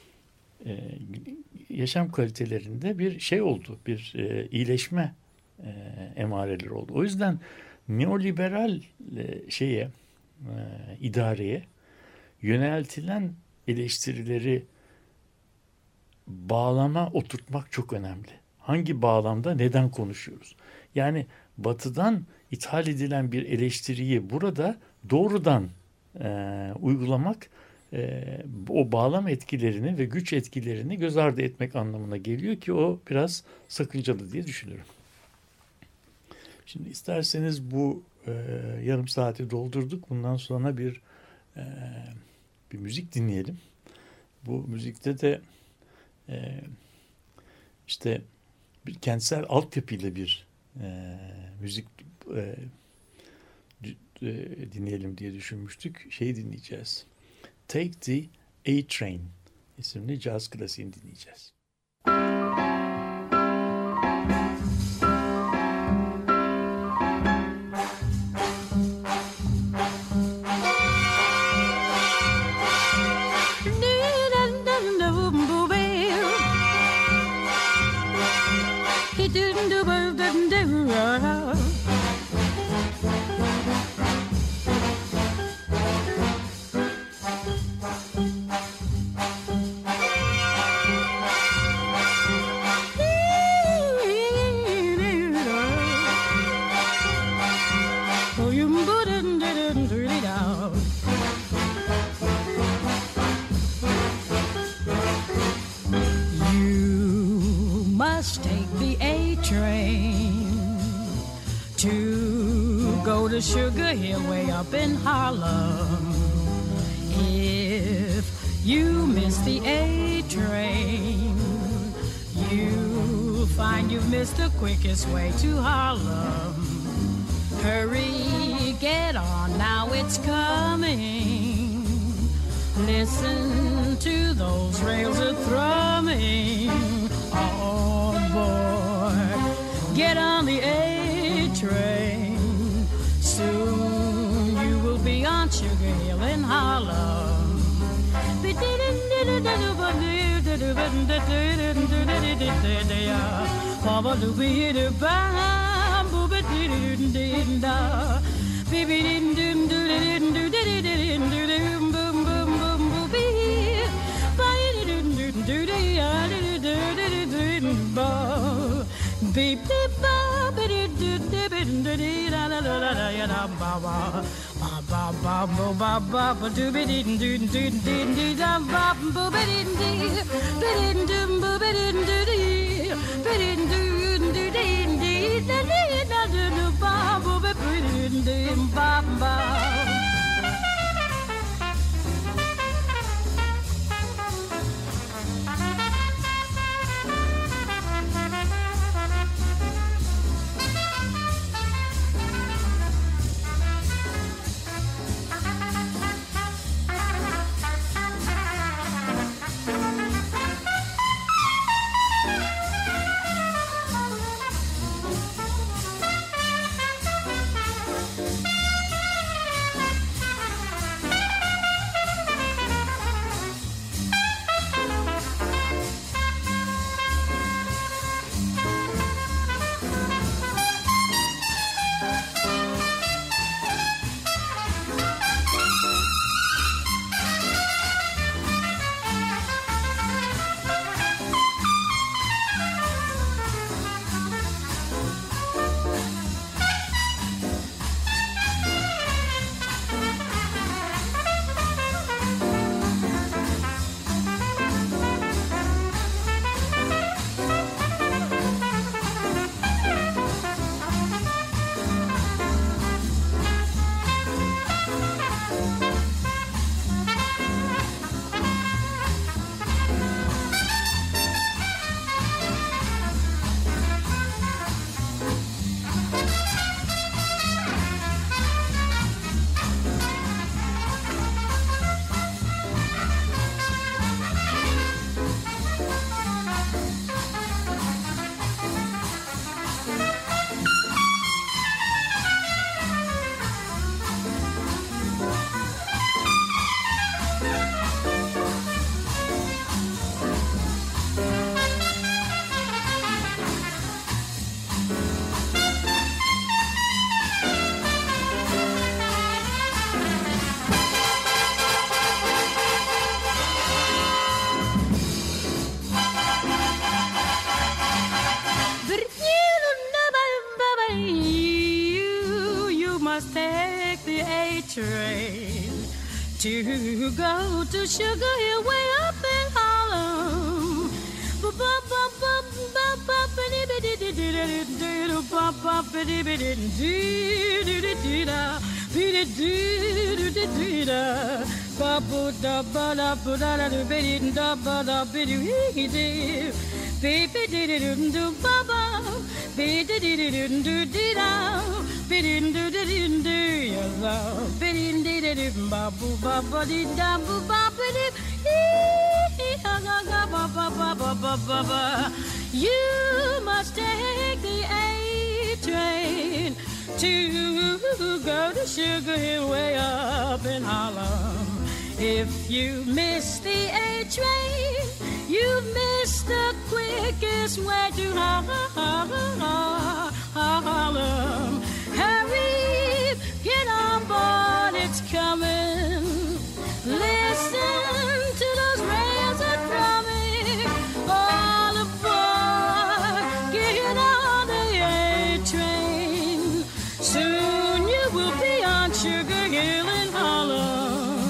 yaşam kalitelerinde bir oldu, bir iyileşme emareleri oldu. O yüzden neoliberal idareye yöneltilen eleştirileri bağlama oturtmak çok önemli. Hangi bağlamda neden konuşuyoruz? Yani Batı'dan ithal edilen bir eleştiriyi burada doğrudan uygulamak o bağlam etkilerini ve güç etkilerini göz ardı etmek anlamına geliyor ki o biraz sakıncalı diye düşünüyorum. Şimdi isterseniz bu yarım saati doldurduk. Bundan sonra bir müzik dinleyelim. Bu müzikte de bir kentsel altyapıyla bir müzik dinleyelim diye düşünmüştük. Dinleyeceğiz. Take the A-Train isimli caz klasiğini dinleyeceğiz. Sugar Hill way up in Harlem. If you miss the A train, you'll find you've missed the quickest way to Harlem. Hurry, get on, now it's coming. Listen to those rails a thrumming. Oh boy, get on the A train. Soon you will be on Sugar Hill in Harlem. Beep beep ba ba dee doo dee dee dee da da da da da ya da ba ba ba ba ba ba ba ba doo be dee doo doo dee dee da ba ba ba dee dee ba dee doo ba ba dee doo dee ba dee doo doo dee dee da dee da doo ba ba ba dee dee ba ba. go to Sugar Hill way up in Harlem. You must take the A train to go to Sugar Hill way up in Harlem. If you miss the A train, you miss the quickest way to Harlem. Hurry, get on board, it's coming. Listen to those rails are drumming. All aboard, get on the A train. Soon you will be on Sugar Hill in Harlem.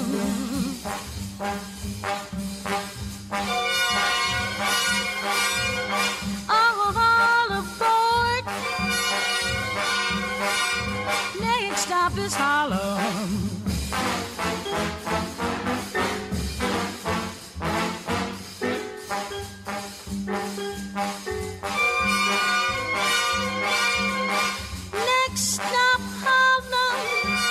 All aboard. Next stop is Harlem. Next stop Harlem.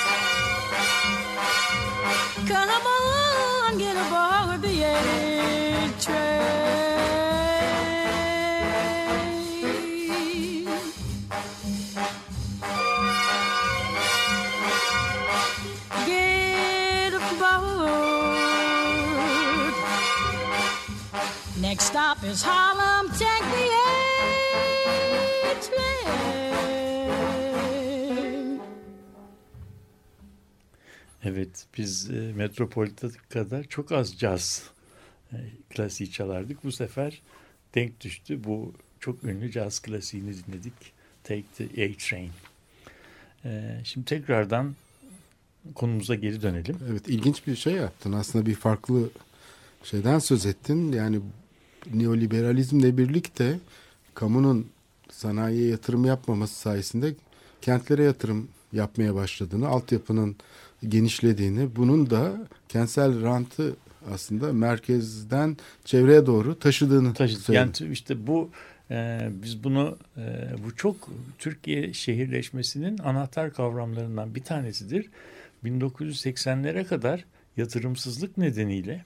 Come on, get aboard the A train. Get aboard. Next stop is Harlem. Take the A train. Evet, biz Metropolitan'da çok az caz klasiği çalardık. Bu sefer denk düştü. Bu çok ünlü caz klasiğini dinledik. Take the A Train. Şimdi tekrardan konumuza geri dönelim. Evet, ilginç bir şey yaptın. Aslında bir farklı şeyden söz ettin. Yani neoliberalizmle birlikte kamunun sanayiye yatırım yapmaması sayesinde kentlere yatırım yapmaya başladığını, altyapının genişlediğini, bunun da kentsel rantı aslında merkezden çevreye doğru taşıdığını söyledi. Yani işte bu biz bunu bu çok Türkiye şehirleşmesinin anahtar kavramlarından bir tanesidir. 1980'lere kadar yatırımsızlık nedeniyle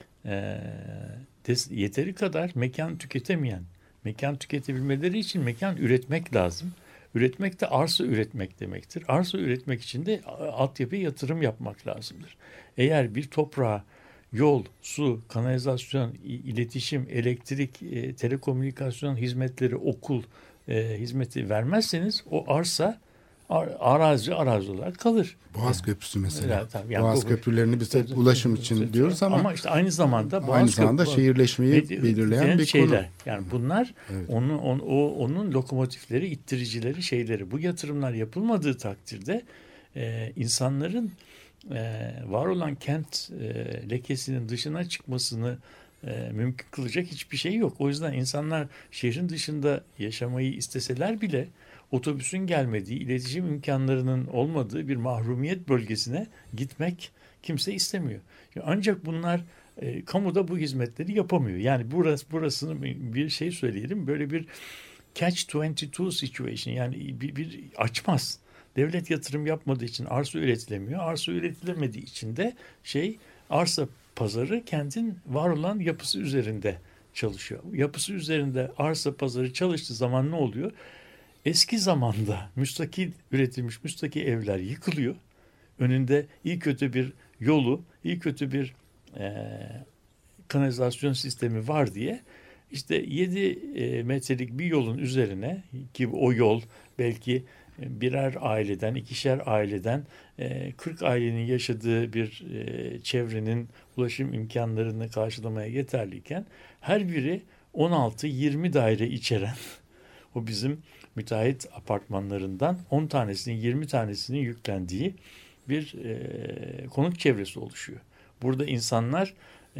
yeteri kadar mekan tüketemeyen, mekan tüketebilmeleri için mekan üretmek lazım. Üretmek de arsa üretmek demektir. Arsa üretmek için de altyapıya yatırım yapmak lazımdır. Eğer bir toprağa yol, su, kanalizasyon, iletişim, elektrik, telekomünikasyon hizmetleri, okul hizmeti vermezseniz o arsa arazi olarak kalır. Boğaz Köprüsü mesela. Yani Boğaz köprülerini biz ulaşım için diyoruz ama işte aynı zamanda şehirleşmeyi belirleyen bir şeyler. konu. Yani bunlar evet. onun lokomotifleri, ittiricileri, şeyleri. Bu yatırımlar yapılmadığı takdirde insanların var olan kent lekesinin dışına çıkmasını mümkün kılacak hiçbir şey yok. O yüzden insanlar şehrin dışında yaşamayı isteseler bile otobüsün gelmediği, iletişim imkanlarının olmadığı bir mahrumiyet bölgesine gitmek kimse istemiyor. Ancak bunlar kamuda bu hizmetleri yapamıyor. Yani burasını bir şey söyleyelim. Böyle bir catch-22 situation, yani bir açmaz. Devlet yatırım yapmadığı için arsa üretilemiyor. Arsa üretilemediği için de arsa pazarı kentin var olan yapısı üzerinde çalışıyor. Yapısı üzerinde arsa pazarı çalıştığı zaman ne oluyor? Eski zamanda müstakil üretilmiş müstakil evler yıkılıyor. Önünde iyi kötü bir yolu, iyi kötü bir kanalizasyon sistemi var diye işte 7 metrelik bir yolun üzerine, ki o yol belki birer aileden, ikişer aileden 40 ailenin yaşadığı bir çevrenin ulaşım imkanlarını karşılamaya yeterliyken her biri 16-20 daire içeren o bizim müteahhit apartmanlarından 10 tanesinin 20 tanesinin yüklendiği bir konut çevresi oluşuyor. Burada insanlar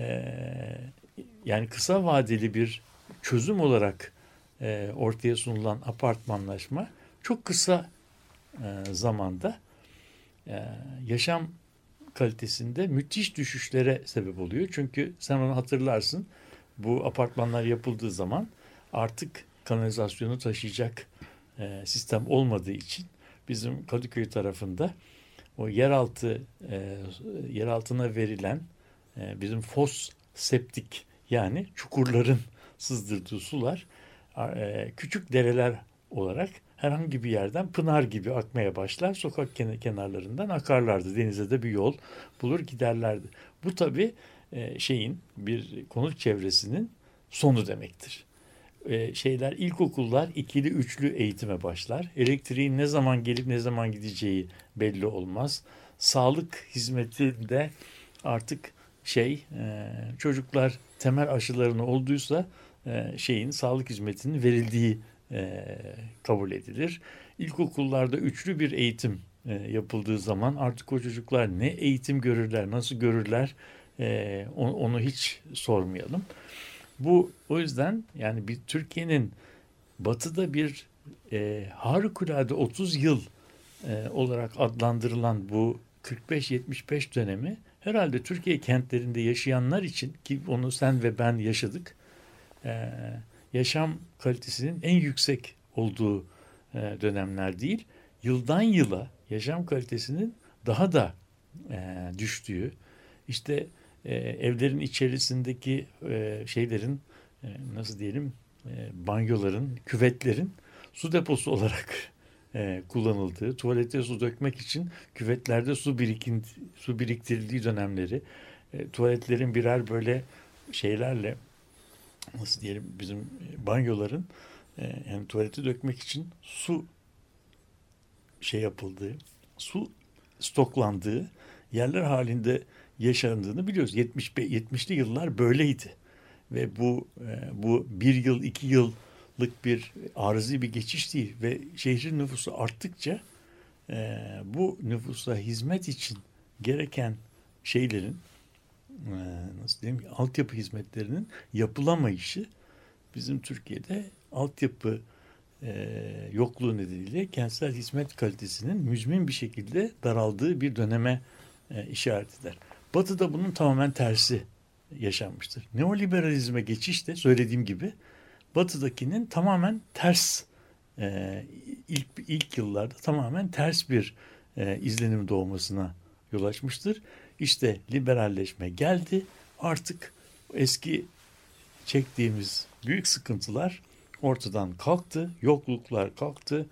yani kısa vadeli bir çözüm olarak ortaya sunulan apartmanlaşma çok kısa zamanda yaşam kalitesinde müthiş düşüşlere sebep oluyor. Çünkü sen onu hatırlarsın, bu apartmanlar yapıldığı zaman artık kanalizasyonu taşıyacak sistem olmadığı için bizim Kadıköy tarafında o yeraltına verilen bizim fos septik, yani çukurların sızdırdığı sular küçük dereler olarak herhangi bir yerden pınar gibi akmaya başlar. Sokak kenarlarından akarlardı. Denize de bir yol bulur giderlerdi. Bu tabii bir konut çevresinin sonu demektir. İlkokullar ikili üçlü eğitime başlar. Elektriğin ne zaman gelip ne zaman gideceği belli olmaz. Sağlık hizmetinde artık çocuklar temel aşılarını olduysa sağlık hizmetinin verildiği kabul edilir. İlkokullarda üçlü bir eğitim yapıldığı zaman artık o çocuklar ne eğitim görürler, nasıl görürler onu hiç sormayalım. Bu o yüzden yani Türkiye'nin batıda bir harikulade 30 yıl olarak adlandırılan bu 45-75 dönemi herhalde Türkiye kentlerinde yaşayanlar için, ki onu sen ve ben yaşadık, yaşam kalitesinin en yüksek olduğu dönemler değil, yıldan yıla yaşam kalitesinin daha da düştüğü, işte evlerin içerisindeki banyoların, küvetlerin su deposu olarak kullanıldığı, tuvalete su dökmek için küvetlerde su biriktirildiği dönemleri, tuvaletlerin birer böyle şeylerle, bizim banyoların yani tuvalete dökmek için su yapıldığı, su stoklandığı yerler halinde yaşandığını biliyoruz. 70'li yıllar böyleydi. Ve bu 1 yıl, 2 yıllık bir arızi bir geçiş değil. Ve şehrin nüfusu arttıkça bu nüfusa hizmet için gereken altyapı hizmetlerinin yapılamayışı bizim Türkiye'de altyapı yokluğu nedeniyle kentsel hizmet kalitesinin müzmin bir şekilde daraldığı bir döneme işaret eder. Batı'da bunun tamamen tersi yaşanmıştır. Neoliberalizme geçiş de söylediğim gibi Batı'dakinin tamamen ters, ilk yıllarda tamamen ters bir izlenim doğmasına yol açmıştır. İşte liberalleşme geldi. Artık eski çektiğimiz büyük sıkıntılar ortadan kalktı. Yokluklar kalktı.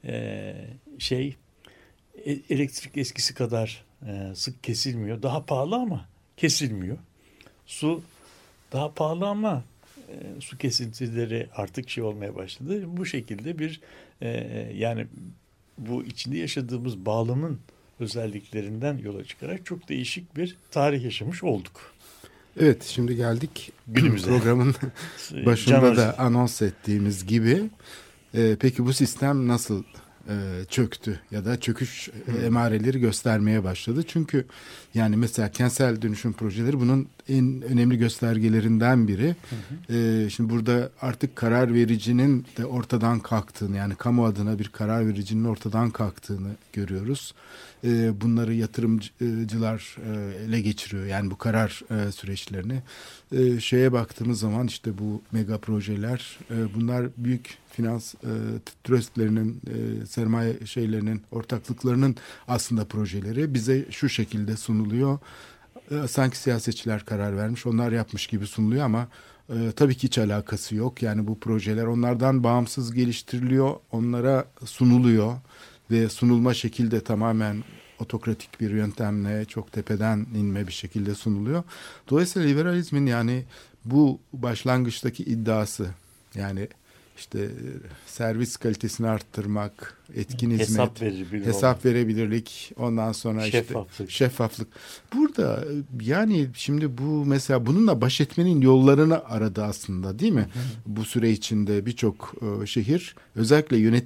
Elektrik eskisi kadar sık kesilmiyor. Daha pahalı ama kesilmiyor. Su daha pahalı ama su kesintileri artık olmaya başladı. Bu şekilde yani bu içinde yaşadığımız bağlamın özelliklerinden yola çıkarak çok değişik bir tarih yaşamış olduk. Evet, şimdi geldik günümüze. Programın başında da anons ettiğimiz gibi. Peki bu sistem nasıl çöktü ya da çöküş emareleri göstermeye başladı? Çünkü yani mesela kentsel dönüşüm projeleri bunun en önemli göstergelerinden biri. Şimdi burada artık karar vericinin de ortadan kalktığını, yani kamu adına bir karar vericinin ortadan kalktığını görüyoruz. Bunları yatırımcılar ele geçiriyor, yani bu karar süreçlerini. Baktığımız zaman işte bu mega projeler, bunlar büyük finans trustlerinin, sermaye ortaklıklarının aslında projeleri bize şu şekilde sunuluyor. Sanki siyasetçiler karar vermiş, onlar yapmış gibi sunuluyor ama tabii ki hiç alakası yok. Yani bu projeler onlardan bağımsız geliştiriliyor, onlara sunuluyor ve sunulma şekilde tamamen otokratik bir yöntemle, çok tepeden inme bir şekilde sunuluyor. Dolayısıyla liberalizmin yani bu başlangıçtaki iddiası, yani işte servis kalitesini arttırmak, etkin hizmet, hesap verebilirlik, ondan sonra şeffaflık. Burada yani şimdi bu mesela bununla baş etmenin yollarını aradı aslında, değil mi? Bu süre içinde birçok şehir özellikle yönetim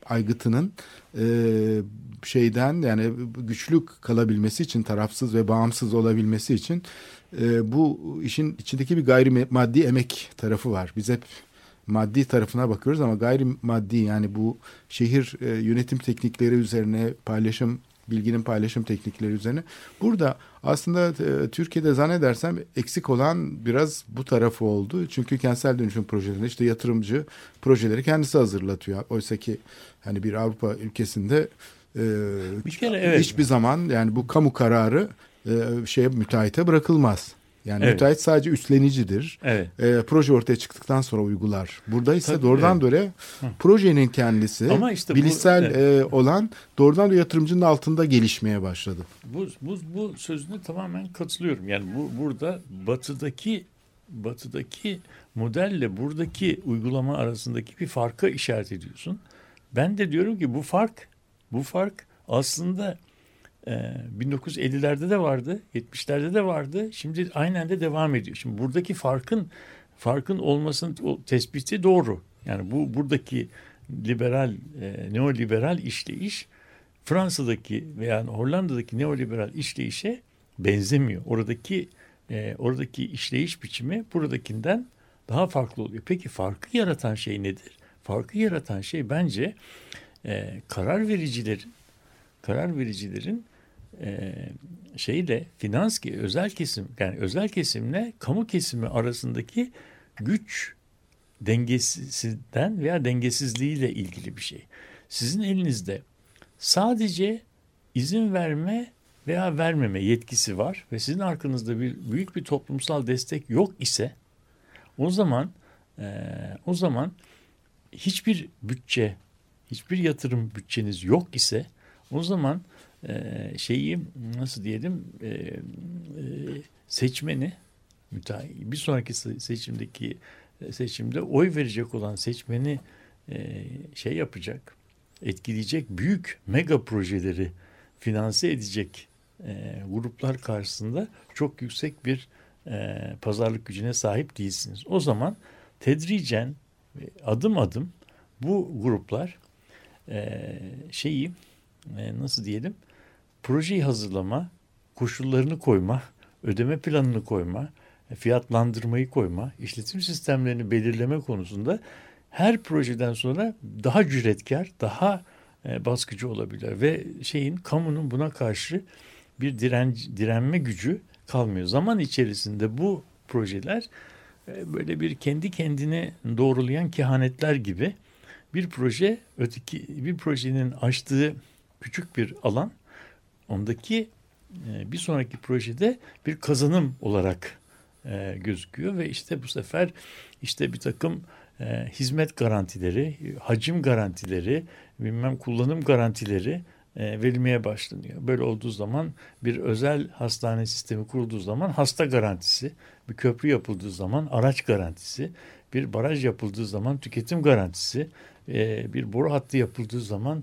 aygıtının şeyden yani güçlü kalabilmesi için, tarafsız ve bağımsız olabilmesi için bu işin içindeki bir gayrimaddi emek tarafı var. Biz hep maddi tarafına bakıyoruz ama gayrimaddi yani bu şehir yönetim teknikleri üzerine bilginin paylaşım teknikleri üzerine. Burada aslında Türkiye'de zannedersem eksik olan biraz bu tarafı oldu. Çünkü kentsel dönüşüm projelerinde işte yatırımcı projeleri kendisi hazırlatıyor. Oysa ki hani bir Avrupa ülkesinde bir kere, evet, hiçbir zaman yani bu kamu kararı müteahhite bırakılmaz. Yani evet, müteahhit sadece üstlenicidir. Evet. Proje ortaya çıktıktan sonra uygular. Burada ise tabii, doğrudan evet, projenin kendisi ama işte bilişsel evet, olan doğrudan yatırımcının altında gelişmeye başladı. Bu sözüne tamamen katılıyorum. Yani burada batıdaki modelle buradaki uygulama arasındaki bir farka işaret ediyorsun. Ben de diyorum ki bu fark aslında 1950'lerde de vardı, 70'lerde de vardı. Şimdi aynen de devam ediyor. Şimdi buradaki farkın olmasının tespiti doğru. Yani buradaki neoliberal işleyiş Fransa'daki veya Hollanda'daki neoliberal işleyişe benzemiyor. Oradaki işleyiş biçimi buradakinden daha farklı oluyor. Peki farkı yaratan şey nedir? Farkı yaratan şey bence karar vericilerin özel kesimle kamu kesimi arasındaki güç dengesinden veya dengesizliğiyle ilgili bir şey. Sizin elinizde sadece izin verme veya vermeme yetkisi var ve sizin arkanızda büyük bir toplumsal destek yok ise o zaman hiçbir yatırım bütçeniz yok ise o zaman seçmeni bir sonraki seçimde oy verecek olan seçmeni etkileyecek büyük mega projeleri finanse edecek gruplar karşısında çok yüksek bir pazarlık gücüne sahip değilsiniz. O zaman tedricen adım adım bu gruplar projeyi hazırlama, koşullarını koyma, ödeme planını koyma, fiyatlandırmayı koyma, işletim sistemlerini belirleme konusunda her projeden sonra daha cüretkar, daha baskıcı olabilir ve kamunun buna karşı bir direnme gücü kalmıyor. Zaman içerisinde bu projeler böyle bir kendi kendine doğrulayan kehanetler gibi bir projenin açtığı küçük bir alan ondaki bir sonraki projede bir kazanım olarak gözüküyor ve işte bu sefer bir takım hizmet garantileri, hacim garantileri, kullanım garantileri verilmeye başlanıyor. Böyle olduğu zaman bir özel hastane sistemi kurulduğu zaman hasta garantisi, bir köprü yapıldığı zaman araç garantisi, bir baraj yapıldığı zaman tüketim garantisi, bir boru hattı yapıldığı zaman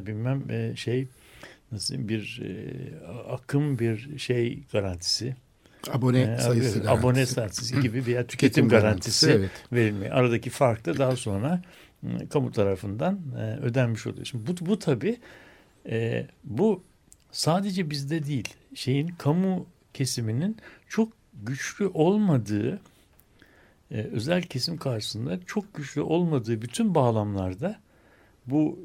akım garantisi, abone sayısı gibi veya tüketim garantisi evet, verilmeye. Aradaki fark da daha sonra kamu tarafından ödenmiş oluyor. Şimdi bu tabii bu sadece bizde değil, kamu kesiminin çok güçlü olmadığı, özel kesim karşısında çok güçlü olmadığı bütün bağlamlarda bu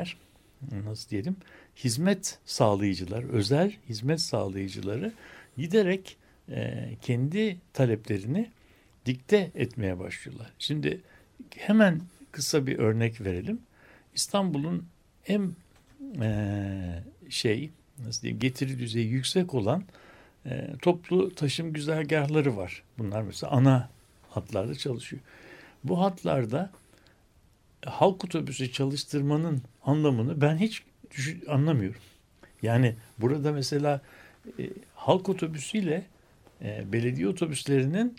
hizmet sağlayıcılar, özel hizmet sağlayıcıları giderek kendi taleplerini dikte etmeye başlıyorlar. Şimdi hemen kısa bir örnek verelim. İstanbul'un en getiri düzeyi yüksek olan toplu taşım güzergahları var. Bunlar mesela ana hatlarda çalışıyor. Bu hatlarda halk otobüsü çalıştırmanın anlamını ben hiç anlamıyorum. Yani burada mesela halk otobüsüyle belediye otobüslerinin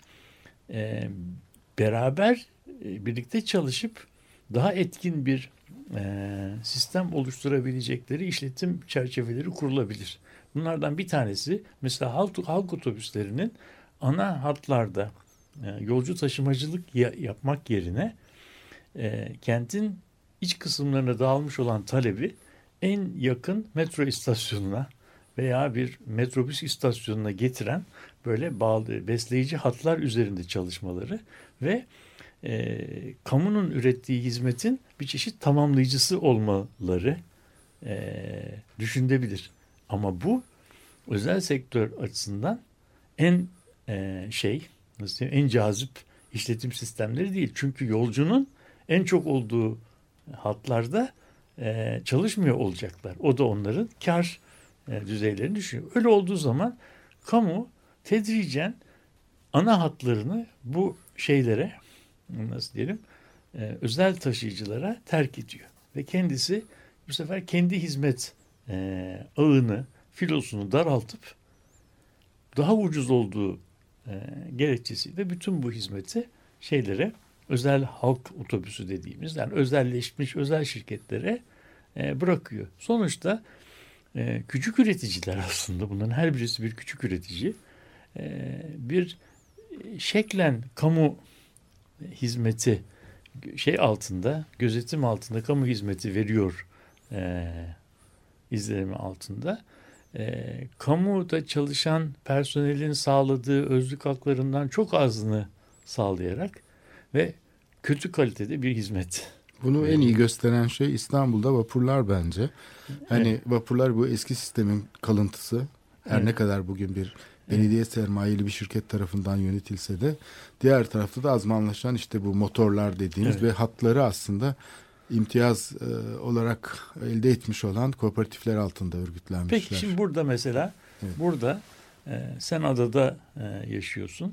beraber birlikte çalışıp daha etkin bir sistem oluşturabilecekleri işletim çerçeveleri kurulabilir. Bunlardan bir tanesi mesela halk otobüslerinin ana hatlarda yolcu taşımacılık yapmak yerine kentin iç kısımlarına dağılmış olan talebi en yakın metro istasyonuna veya bir metrobüs istasyonuna getiren böyle bağlı besleyici hatlar üzerinde çalışmaları ve kamunun ürettiği hizmetin bir çeşit tamamlayıcısı olmaları düşünülebilir. Ama bu özel sektör açısından en en cazip işletim sistemleri değil. Çünkü yolcunun en çok olduğu hatlarda çalışmıyor olacaklar. O da onların kar düzeylerini düşürüyor. Öyle olduğu zaman kamu tedricen ana hatlarını bu şeylere özel taşıyıcılara terk ediyor. Ve kendisi bu sefer kendi hizmet ağını, filosunu daraltıp daha ucuz olduğu gerekçesiyle bütün bu hizmeti özel halk otobüsü dediğimiz yani özelleşmiş özel şirketlere bırakıyor. Sonuçta küçük üreticiler aslında bunların her birisi bir küçük üretici bir şeklen kamu hizmeti altında gözetim altında kamu hizmeti veriyor izlenimi altında. Kamuda çalışan personelin sağladığı özlük haklarından çok azını sağlayarak ve kötü kalitede bir hizmet. Bunu en iyi gösteren şey İstanbul'da vapurlar bence. Hani vapurlar bu eski sistemin kalıntısı. Her ne kadar bugün bir belediye sermayeli bir şirket tarafından yönetilse de diğer tarafta da azmanlaşan işte bu motorlar dediğimiz ve hatları aslında imtiyaz olarak elde etmiş olan kooperatifler altında örgütlenmişler. Peki şimdi burada mesela burada sen adada yaşıyorsun.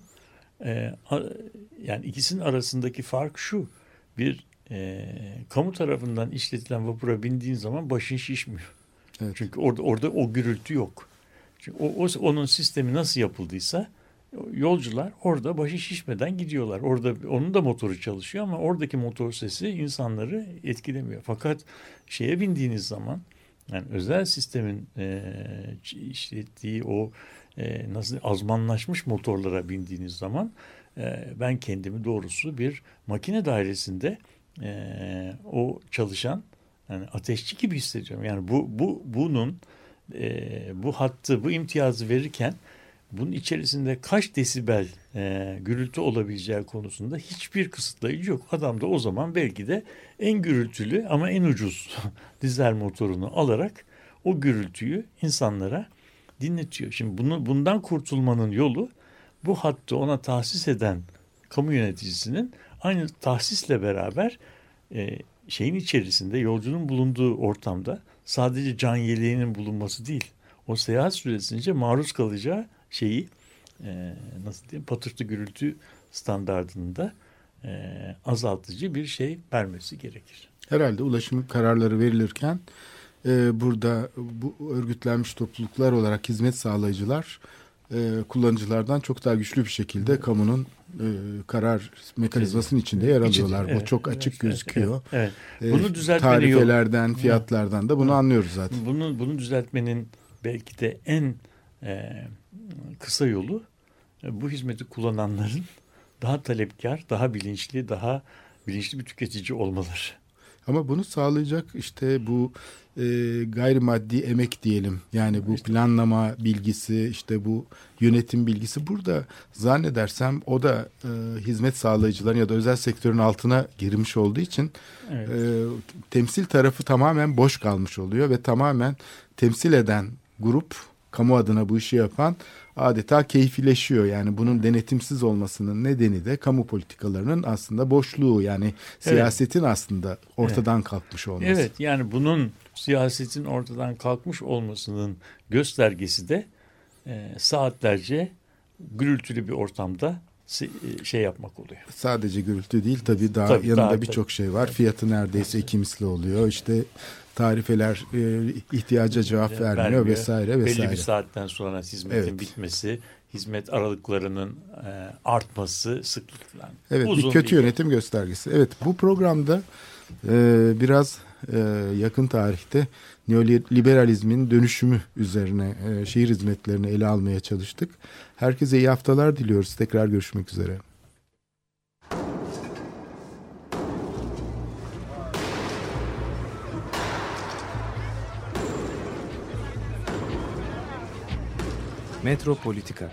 Yani ikisinin arasındaki fark şu. Bir kamu tarafından işletilen vapura bindiğin zaman başın şişmiyor. Evet. Çünkü orada o gürültü yok. Çünkü onun sistemi nasıl yapıldıysa yolcular orada başı şişmeden gidiyorlar. Orada onun da motoru çalışıyor ama oradaki motor sesi insanları etkilemiyor. Fakat bindiğiniz zaman yani özel sistemin işlettiği o azmanlaşmış motorlara bindiğiniz zaman ben kendimi doğrusu bir makine dairesinde o çalışan yani ateşçi gibi hissediyorum. Yani bunun bu hattı, bu imtiyazı verirken bunun içerisinde kaç desibel gürültü olabileceği konusunda hiçbir kısıtlayıcı yok. Adam da o zaman belki de en gürültülü ama en ucuz dizel motorunu alarak o gürültüyü insanlara dinletiyor. Şimdi bundan kurtulmanın yolu bu hattı ona tahsis eden kamu yöneticisinin aynı tahsisle beraber içerisinde yolcunun bulunduğu ortamda sadece can yeleğinin bulunması değil. O seyahat süresince maruz kalacağı patırtı gürültü standardında azaltıcı bir vermesi gerekir. Herhalde ulaşım kararları verilirken burada bu örgütlenmiş topluluklar olarak hizmet sağlayıcılar kullanıcılardan çok daha güçlü bir şekilde kamunun karar mekanizmasının içinde yer alıyorlar. Bu çok açık gözüküyor. Evet. Bunu tarifelerden, fiyatlardan da bunu anlıyoruz zaten. Bunu düzeltmenin belki de en kısa yolu bu hizmeti kullananların daha talepkar, daha bilinçli bir tüketici olmaları. Ama bunu sağlayacak bu gayrimaddi emek diyelim. Yani bu planlama bilgisi, bu yönetim bilgisi burada zannedersem o da hizmet sağlayıcıların ya da özel sektörün altına girmiş olduğu için temsil tarafı tamamen boş kalmış oluyor ve tamamen temsil eden grup, kamu adına bu işi yapan adeta keyfileşiyor. Yani bunun denetimsiz olmasının nedeni de kamu politikalarının aslında boşluğu. Yani siyasetin aslında ortadan kalkmış olması. Evet, yani bunun siyasetin ortadan kalkmış olmasının göstergesi de saatlerce gürültülü bir ortamda yapmak oluyor. Sadece gürültü değil tabii yanında birçok şey var. Fiyatı neredeyse iki misli oluyor. Tarifeler ihtiyaca cevap vermiyor vesaire. Belli bir saatten sonra hizmetin bitmesi, hizmet aralıklarının artması, sıklık falan. Evet, bir kötü yönetim göstergesi. Evet, bu programda biraz yakın tarihte neoliberalizmin dönüşümü üzerine şehir hizmetlerini ele almaya çalıştık. Herkese iyi haftalar diliyoruz. Tekrar görüşmek üzere. Metropolitika.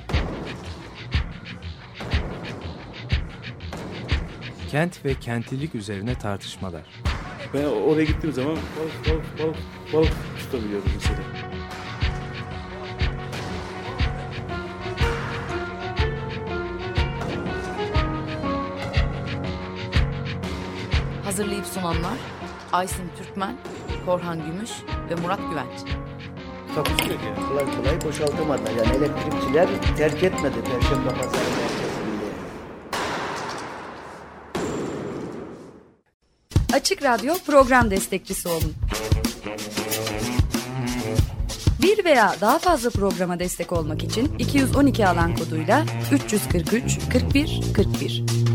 Kent ve kentlilik üzerine tartışmalar. Ben oraya gittiğim zaman balık tutabiliyorum mesela. Hazırlayıp sunanlar Aysin Türkmen, Korhan Gümüş ve Murat Güvenç. Takusu yok yani. Kolay kolay boşaltamadılar. Yani elektrikçiler terk etmedi Perşembe Pazarı merkezinde. Açık Radyo program destekçisi olun. Bir veya daha fazla programa destek olmak için 212 alan koduyla 343 41 41.